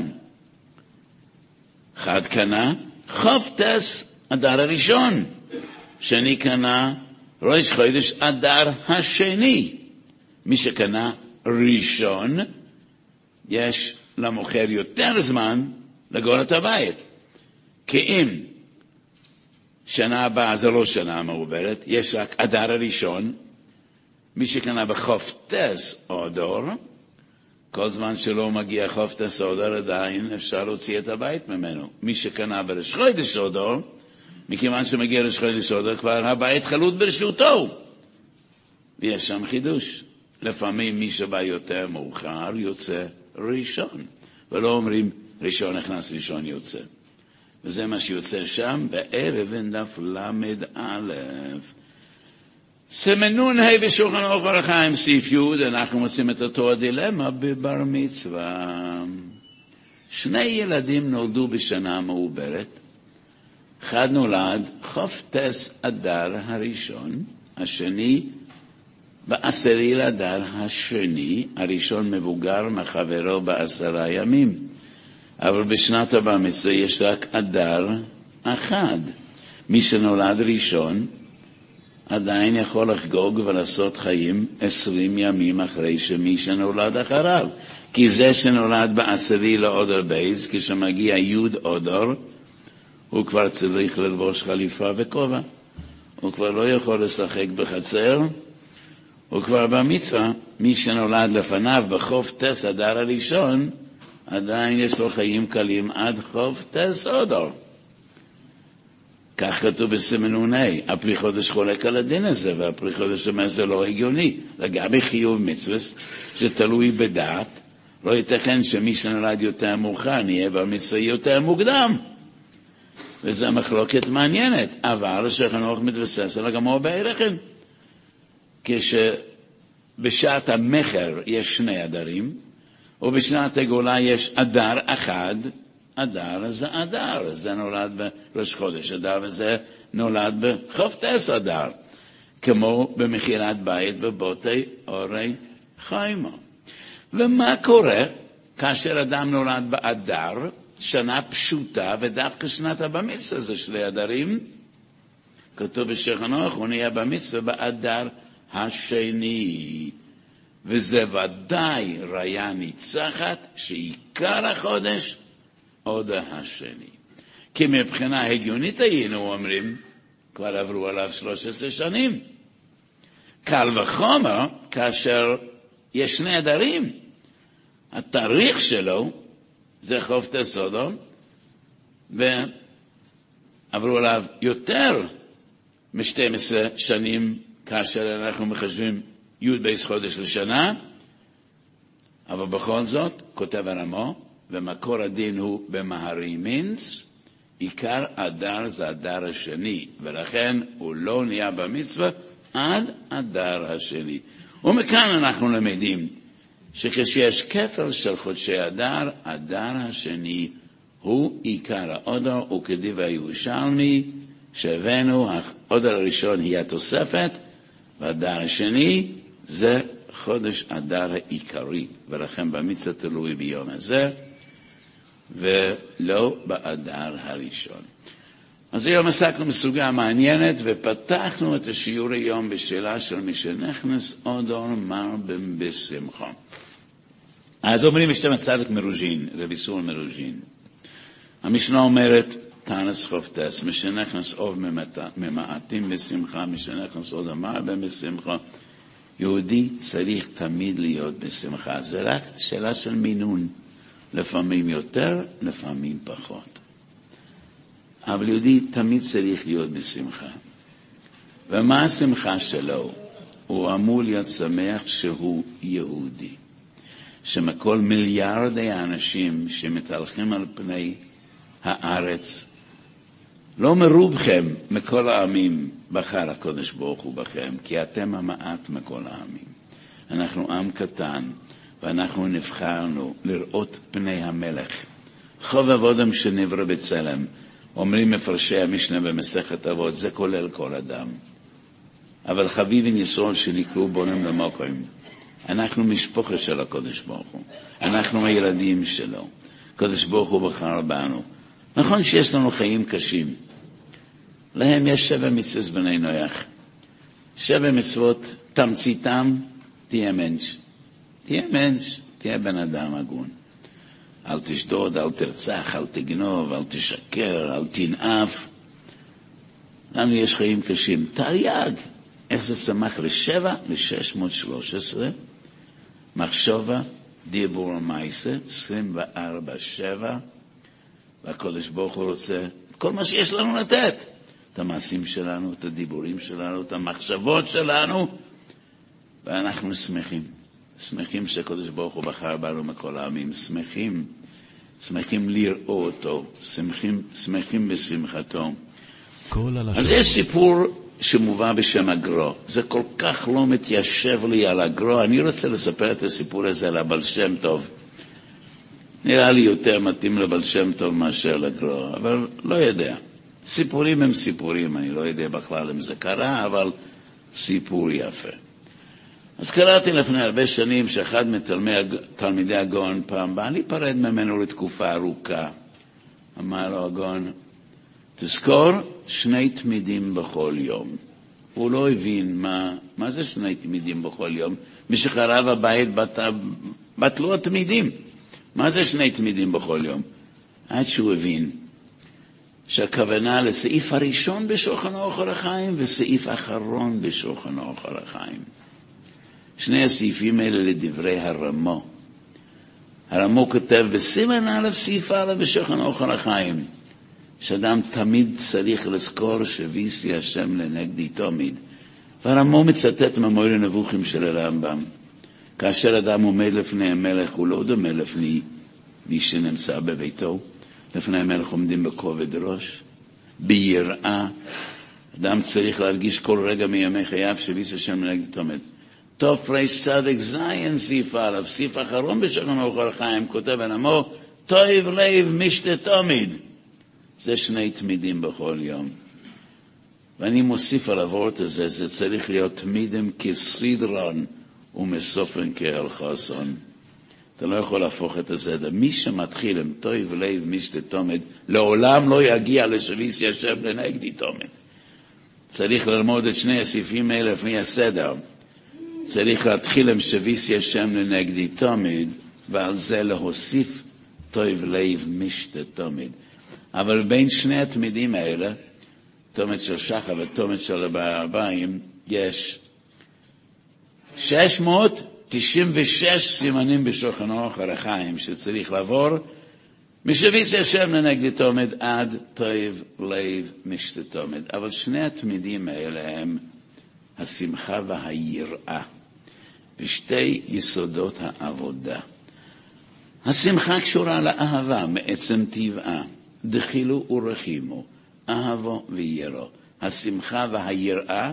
אחד קנה חופטס אדר הראשון, שני קנה ראש חודש אדר השני. מי שקנה ראשון, יש למוכר יותר זמן לגאול את הבית. כי אם שנה הבאה זה לא שנה מעוברת, יש רק אדר הראשון, מי שקנה בחופטס אדר, כל זמן שלא מגיע חופטס אודר עדיין, אפשר להוציא את הבית ממנו. מי שקנה בראש חודש אודר, מכיוון שמגיע ראש חודש אודר, כבר הבית חלוט ברשותו. ויש שם חידוש. לפעמים מי שבא יותר מאוחר יוצא ראשון. ולא אומרים ראשון נכנס, ראשון יוצא. וזה מה שיוצא שם בערב דף למד א'. סמנון ה' בשולחן אורך אור החיים סעיף י', אנחנו מוצאים את אותו הדילמה בבר מצווה. שני ילדים נולדו בשנה מעוברת. אחד נולד חופטס אדר הראשון, השני בעשירי לאדר השני, הראשון מבוגר מחברו ב10 ימים. אבל בשנת הבר מצווה יש רק אדר אחד. מי שנולד ראשון עדיין יכול לחגוג ולעשות חיים 20 ימים אחרי שמי שנולד אחריו. כי זה שנולד בעשירי לאודר בייז, כשמגיע יוד אודר, הוא כבר צריך ללבוש חליפה וכובע. הוא כבר לא יכול לשחק בחצר. הוא כבר במצווה, מי שנולד לפניו בחופטס אדר הראשון, עדיין יש לו חיים קלים עד חופטס אודר. כך כתוב בסמנוני, הפרי חודש חולק על הדין הזה, והפרי חודש אומר זה לא הגיוני. לגבי חיוב מצווה שתלוי בדעת, לא ייתכן שמי שנולד יותר מאוחר נהיה במצווה יותר מוקדם. וזו מחלוקת מעניינת, אבל שחנוך מתבסס על הגמור בערכן. כשבשעת המחר יש 2 אדרים, ובשנת הגאולה יש אדר אחד, אדר זה אדר, זה נולד בראש חודש אדר, וזה נולד בחופטס אדר, כמו במכירת בית בבותי אורי חיימו. ומה קורה כאשר אדם נולד באדר, שנה פשוטה, ודווקא שנת המצווה זה 2 אדרים? כתוב בשחנוך, הוא נהיה במצווה באדר השני, וזה ודאי ראיה ניצחת שעיקר החודש אודר השני. כי מבחינה הגיונית היינו אומרים, כבר עברו עליו 13 שנים. קל וחומר, כאשר יש 2 אדרים, התאריך שלו זה חופטס אודר, ועברו עליו יותר מ-12 שנים, כאשר אנחנו מחשבים י' בייס חודש לשנה, אבל בכל זאת, כותב הרמו, ומקור הדין הוא במהרי מינס, עיקר אדר זה אדר השני, ולכן הוא לא נהיה במצווה עד אדר השני. ומכאן אנחנו למדים שכשיש כפל של חודשי אדר, אדר השני הוא עיקר האודר, וכדיב הירושלמי, שהבאנו, האודר הראשון היא התוספת, והאדר השני זה חודש אדר העיקרי, ולכן במצווה תלוי ביום הזה, ולא באדר הראשון. אז היום עסקנו בסוגיה מעניינת, ופתחנו את השיעור היום בשאלה של מי שנכנס אודר מרבים בשמחה. אז אומרים בשתם צדק מרוז'ין, רבי סול מרוז'ין. המשנה אומרת, תנס חופטס, מי שנכנס אוב ממעטים בשמחה, מי שנכנס אודר מרבים בשמחה, יהודי צריך תמיד להיות בשמחה. זה רק שאלה של מינון. לפעמים יותר, לפעמים פחות. אבל יהודי תמיד צריך להיות בשמחה. ומה השמחה שלו? הוא אמור להיות שמח שהוא יהודי. שמכל מיליארדי האנשים שמתהלכים על פני הארץ, לא מרובכם מכל העמים בחר הקודש ברוך הוא בכם, כי אתם המעט מכל העמים. אנחנו עם קטן, ואנחנו נבחרנו לראות פני המלך. חובב אדם שנברא בצלם, אומרים מפרשי המשנה במסכת אבות, זה כולל כל אדם. אבל חביבין יסוד שנקראו בונם למוקרים. אנחנו משפחה של הקודש ברוך הוא. אנחנו הילדים שלו. הקודש ברוך הוא בחר בנו. נכון שיש לנו חיים קשים. להם יש 7 מצוות בני נויח. 7 מצוות, תמציתם, תהיה מנש. תהיה מנש, תהיה בן אדם הגון. אל תשדוד, אל תרצח, אל תגנוב, אל תשקר, אל תנאף. לנו יש חיים קשים. תרי"ג, איך זה צמח ל613, מחשבה דיבור ומעשה, 24/7, והקדוש ברוך הוא רוצה כל מה שיש לנו לתת. את המעשים שלנו, את הדיבורים שלנו, את המחשבות שלנו, ואנחנו שמחים. שמחים שהקדוש ברוך הוא בחר בנו מכל העמים. שמחים לראות אותו. שמחים בשמחתו. אז יש סיפור שמובא בשם הגרו. זה כל כך לא מתיישב לי על הגרו. אני רוצה לספר את הסיפור הזה לבעל שם טוב. נראה לי יותר מתאים לבעל שם טוב מאשר לגרו, אבל לא יודע. סיפורים הם סיפורים, אני לא יודע בכלל אם זה קרה, אבל סיפור יפה. אז קראתי לפני הרבה שנים שאחד מתלמידי הגאון פעם בא להיפרד ממנו לתקופה ארוכה. אמר לו הגאון, תזכור 2 תמידים בכל יום. הוא לא הבין מה זה 2 תמידים בכל יום. משחרב הבית בטלו התמידים. מה זה 2 תמידים בכל יום? עד שהוא הבין שהכוונה לסעיף הראשון בשולחן אורח החיים וסעיף אחרון בשולחן אורח החיים. 2 הסעיפים האלה לדברי הרמו. הרמו כותב בסימן א' סעיף א' בשולחן אורח החיים, שאדם תמיד צריך לזכור שוויסי השם לנגדי תמיד. והרמו מצטט ממורה נבוכים של הרמב"ם. כאשר אדם עומד לפני המלך, הוא לא דומה לפני מי שנמצא בביתו. לפני המלך עומדים בכובד ראש, ביראה. אדם צריך להרגיש כל רגע מימי חייו שוויסי השם לנגדי תמיד. תוף ריש צדק זיין סעיף א', סעיף אחרון בשולחן אורח החיים, כותב הרמו, טוב לב משתה תמיד. זה 2 תמידים בכל יום. ואני מוסיף על הוורט הזה, זה צריך להיות תמידים כסדרן ומסופן כאלחסון. אתה לא יכול להפוך את זה. מי שמתחיל עם טוב לב משתה תמיד, לעולם לא יגיע לשוויסי השם לנגדי תמיד. צריך ללמוד את 2 הסעיפים האלה לפני הסדר. צריך להתחיל עם שוויסי השם לנגדי תמיד, ועל זה להוסיף טוב לב משתה תמיד. אבל בין 2 התמידים האלה, תומת של שחר ותומת של בערביים, יש 696 סימנים בשולחן אורח החיים שצריך לעבור משוויסי השם לנגדי תמיד עד טוב לב משתה תמיד. אבל 2 התמידים האלה הם השמחה והיראה, בשתי יסודות העבודה. השמחה קשורה לאהבה מעצם טבעה, דחילו ורחימו, אהבו וירו. השמחה והיראה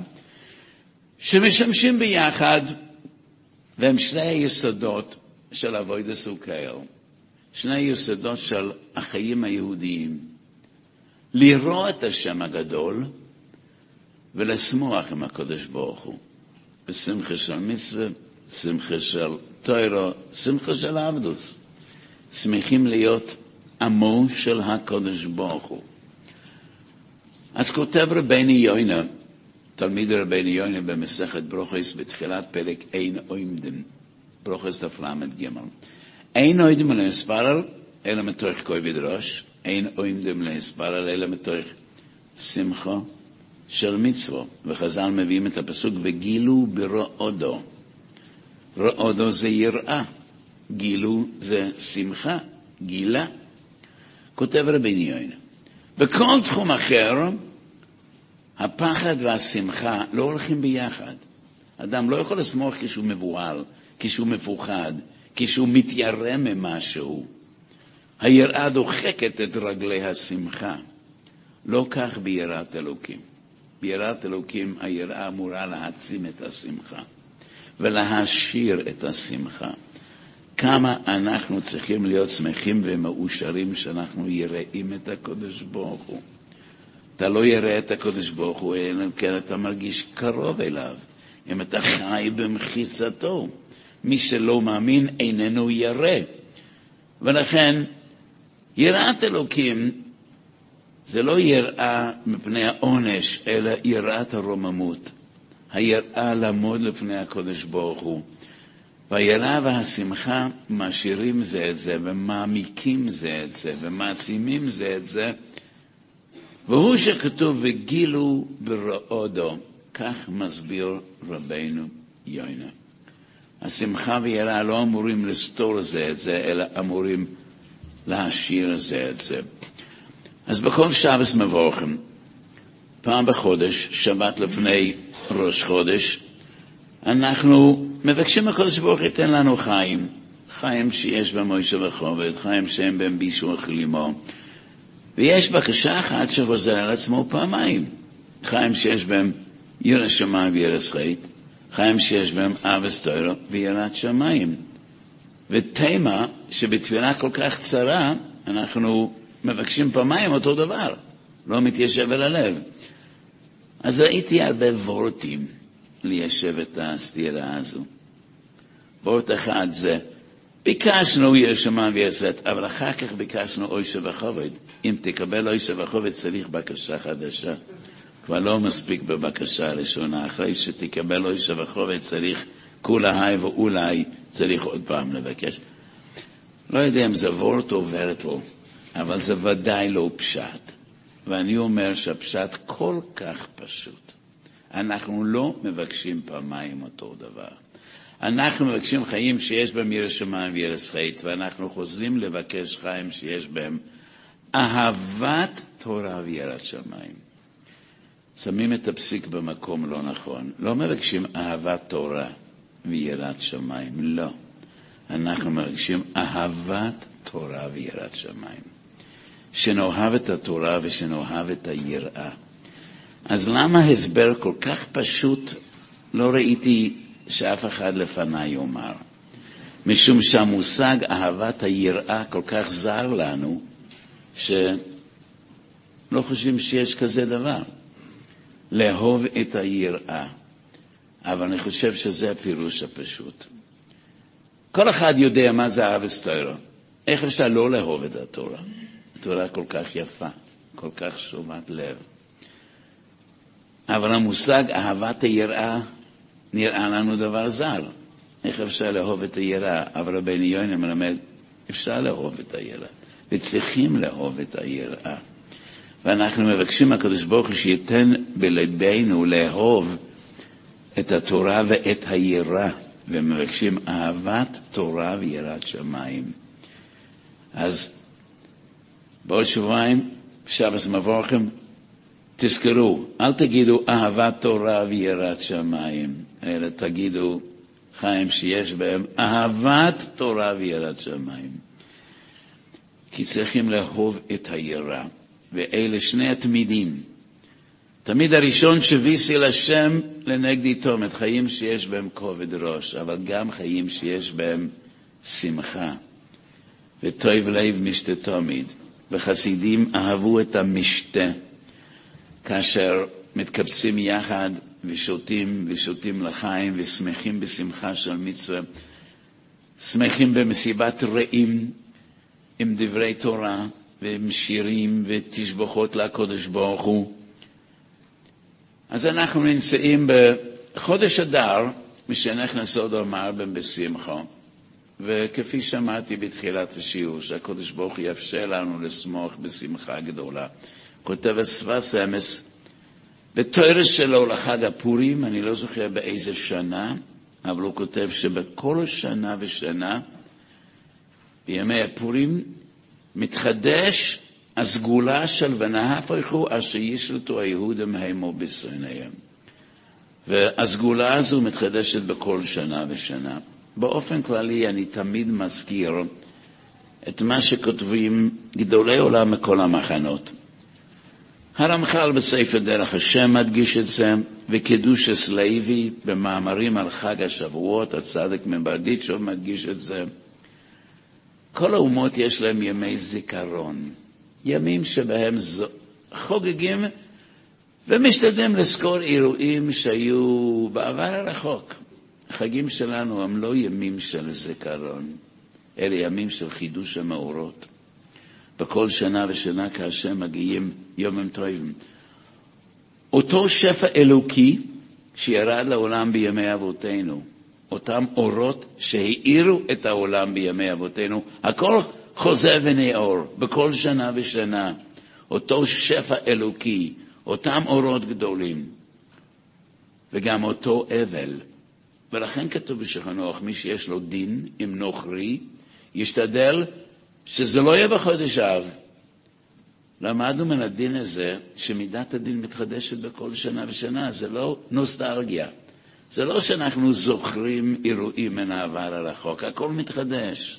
שמשמשים ביחד, והם 2 יסודות של עבודת סוכר, 2 יסודות של החיים היהודיים. לראות את השם הגדול ולשמוח עם הקדוש ברוך הוא. בשמחה של מצווה, שמחה של תורה, שמחה של עבדוס. שמחים להיות עמו של הקדוש ברוך הוא. אז כותב רבני יוינה, תלמיד רבני יוינה במסכת ברוכס בתחילת פרק אין עומדים, ברוכס תפלמת ג' אין עומדים להספרל אלא מתוך כובד ראש, אין עומדים להספרל אלא מתוך שמחה של מצווה. וחז"ל מביאים את הפסוק וגילו ברעודו. רעודו זה יראה, גילו זה שמחה, גילה. כותב רבני יוינה, בכל תחום אחר הפחד והשמחה לא הולכים ביחד. אדם לא יכול לשמוח כשהוא מבועל, כשהוא מפוחד, כשהוא מתיירא ממשהו. היראה דוחקת את רגלי השמחה. לא כך ביראת אלוקים. ביראת אלוקים היראה אמורה להעצים את השמחה ולהשאיר את השמחה. כמה אנחנו צריכים להיות שמחים ומאושרים שאנחנו יראים את הקדוש ברוך הוא. אתה לא יראה את הקדוש ברוך הוא, אלא כן אתה מרגיש קרוב אליו, אם אתה חי במחיצתו. מי שלא מאמין איננו ירא. ולכן יראת אלוקים זה לא יראה מפני העונש, אלא יראת הרוממות. היראה לעמוד לפני הקדוש ברוך הוא. והיראה והשמחה משאירים זה את זה, ומעמיקים זה את זה, ומעצימים זה את זה. והוא שכתוב וגילו ברעודו, כך מסביר רבנו יוינה. השמחה ויראה לא אמורים לסתור זה את זה, אלא אמורים להשאיר זה את זה. אז בכל שבת מבורכים, פעם בחודש, שבת לפני ראש חודש, אנחנו מבקשים הקדוש ברוך הוא ייתן לנו חיים, חיים שיש בהם מוישה וחובד, חיים שאין בהם בישהו אכילימו, ויש בקשה אחת שחוזר על עצמו פעמיים, חיים שיש בהם ירא שמיים וירא חטא, חיים שיש בהם אהבת תורה ויראת שמיים. ותמה שבתפילה כל כך קצרה אנחנו מבקשים פעמיים אותו דבר, לא מתיישב על הלב. אז ראיתי הרבה וורטים ליישב את הסתירה הזו. וורט אחד זה, ביקשנו ירא שמיים וירא חטא, אבל אחר כך ביקשנו אוישה וחובד. אם תקבל אוישה וחובד צריך בקשה חדשה. כבר לא מספיק בבקשה הראשונה, אחרי שתקבל אוישה וחובד צריך כולה היי ואולי צריך עוד פעם לבקש. לא יודע אם זה וורט או ורטל, אבל זה ודאי לא פשט. ואני אומר שהפשט כל כך פשוט. אנחנו לא מבקשים פעמיים אותו דבר. אנחנו מבקשים חיים שיש בהם ירא שמיים וירא חטא, ואנחנו חוזרים לבקש חיים שיש בהם אהבת תורה ויראת שמיים. שמים את הפסיק במקום לא נכון. לא מבקשים אהבת תורה ויראת שמיים, לא. אנחנו מבקשים אהבת תורה ויראת שמיים. שנאהב את התורה ושנאהב את היראה. אז למה הסבר כל כך פשוט לא ראיתי שאף אחד לפניי אומר? משום שהמושג אהבת היראה כל כך זר לנו, שלא חושבים שיש כזה דבר. לאהוב את היראה. אבל אני חושב שזה הפירוש הפשוט. כל אחד יודע מה זה אהבת תורה. איך אפשר לא לאהוב את התורה? התורה כל כך יפה, כל כך שומת לב. אבל המושג אהבת היראה נראה לנו דבר זר. איך אפשר לאהוב את היראה? אבל רבנו יונה מלמד, אפשר לאהוב את היראה. וצריכים לאהוב את היראה. ואנחנו מבקשים מהקדוש ברוך הוא שייתן בלבנו לאהוב את התורה ואת היראה. ומבקשים אהבת תורה ויראת שמיים. אז בעוד שבועיים, שבת מבורכים, תזכרו, אל תגידו אהבת תורה ויראת שמיים, אלא תגידו חיים שיש בהם אהבת תורה ויראת שמיים. כי צריכים לאהוב את היראה. ואלה שני התמידים. תמיד הראשון שביסי לשם לנגדי תומת, חיים שיש בהם כובד ראש, אבל גם חיים שיש בהם שמחה. וטוב לב משתה תמיד. וחסידים אהבו את המשתה, כאשר מתקבצים יחד ושותים לחיים ושמחים בשמחה של מצווה, שמחים במסיבת רעים עם דברי תורה ועם שירים ותשבחות לקדוש ברוך הוא. אז אנחנו נמצאים בחודש אדר, משנכנס עוד אמר בן בשמחה, וכפי שאמרתי בתחילת השיעור, שהקדוש ברוך הוא יאפשר לנו לשמוח בשמחה גדולה. כותב אספס אמס, בתורה שלו לחג הפורים, אני לא זוכר באיזה שנה, אבל הוא כותב שבכל שנה ושנה, בימי הפורים, מתחדש הסגולה של ונהפכו אשר ישלטו היהודים המו בשונאיהם. והסגולה הזו מתחדשת בכל שנה ושנה. באופן כללי אני תמיד מזכיר את מה שכותבים גדולי עולם מכל המחנות. הרמח"ל בספר דרך השם מדגיש את זה, וקדושת לוי במאמרים על חג השבועות, הצדק מברדיצ'וב מדגיש את זה. כל האומות יש להם ימי זיכרון, ימים שבהם חוגגים ומשתדלים לזכור אירועים שהיו בעבר הרחוק. החגים שלנו הם לא ימים של זיכרון, אלה ימים של חידוש המאורות. בכל שנה ושנה כאשר מגיעים יומים טובים. אותו שפע אלוקי שירד לעולם בימי אבותינו, אותם אורות שהאירו את העולם בימי אבותינו, הכל חוזר ונאור בכל שנה ושנה. אותו שפע אלוקי, אותם אורות גדולים, וגם אותו אבל, ולכן כתוב בשחנוך, מי שיש לו דין עם נוכרי, ישתדל שזה לא יהיה בחודש אב. למדנו מן הדין הזה שמידת הדין מתחדשת בכל שנה ושנה, זה לא נוסטלגיה. זה לא שאנחנו זוכרים אירועים מן העבר הרחוק, הכל מתחדש.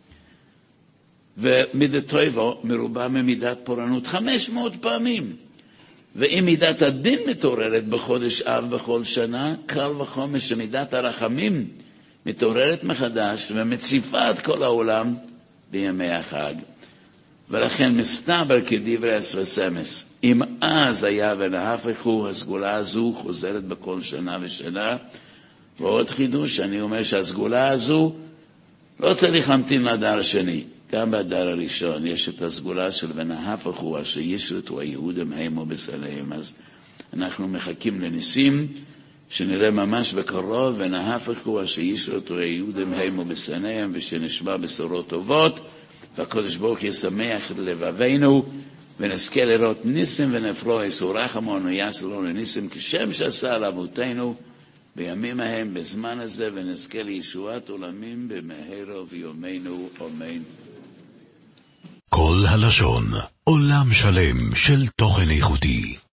ומידת טויבו מרובה ממידת פורענות 500 פעמים. ואם מידת הדין מתעוררת בחודש אב בכל שנה, קל וחומר שמידת הרחמים מתעוררת מחדש ומציפה את כל העולם בימי החג. ולכן מסתבר כדברי אסרסמס, אם אז היה ונהפכו, הסגולה הזו חוזרת בכל שנה ושנה. ועוד חידוש, אני אומר שהסגולה הזו לא צריך להמתין לדר השני. גם בדר הראשון יש את הסגולה של ונהפכו, אשר ישרתו היהודים הימו בסלהם. אז אנחנו מחכים לניסים, שנראה ממש בקרוב, ונהפכו, אשר ישרתו היהודים הימו בסלהם, ושנשמע בשורות טובות, והקדוש ברוך הוא ישמח את לבבינו, ונזכה לראות ניסים ונפלאות, ורחמנו יעשה לנו ניסים כשם שעשה על אבותינו, בימים ההם, בזמן הזה, ונזכה לישועת עולמים במהרה ויומנו, אמן.
כל הלשון, עולם שלם של תוכן איכותי.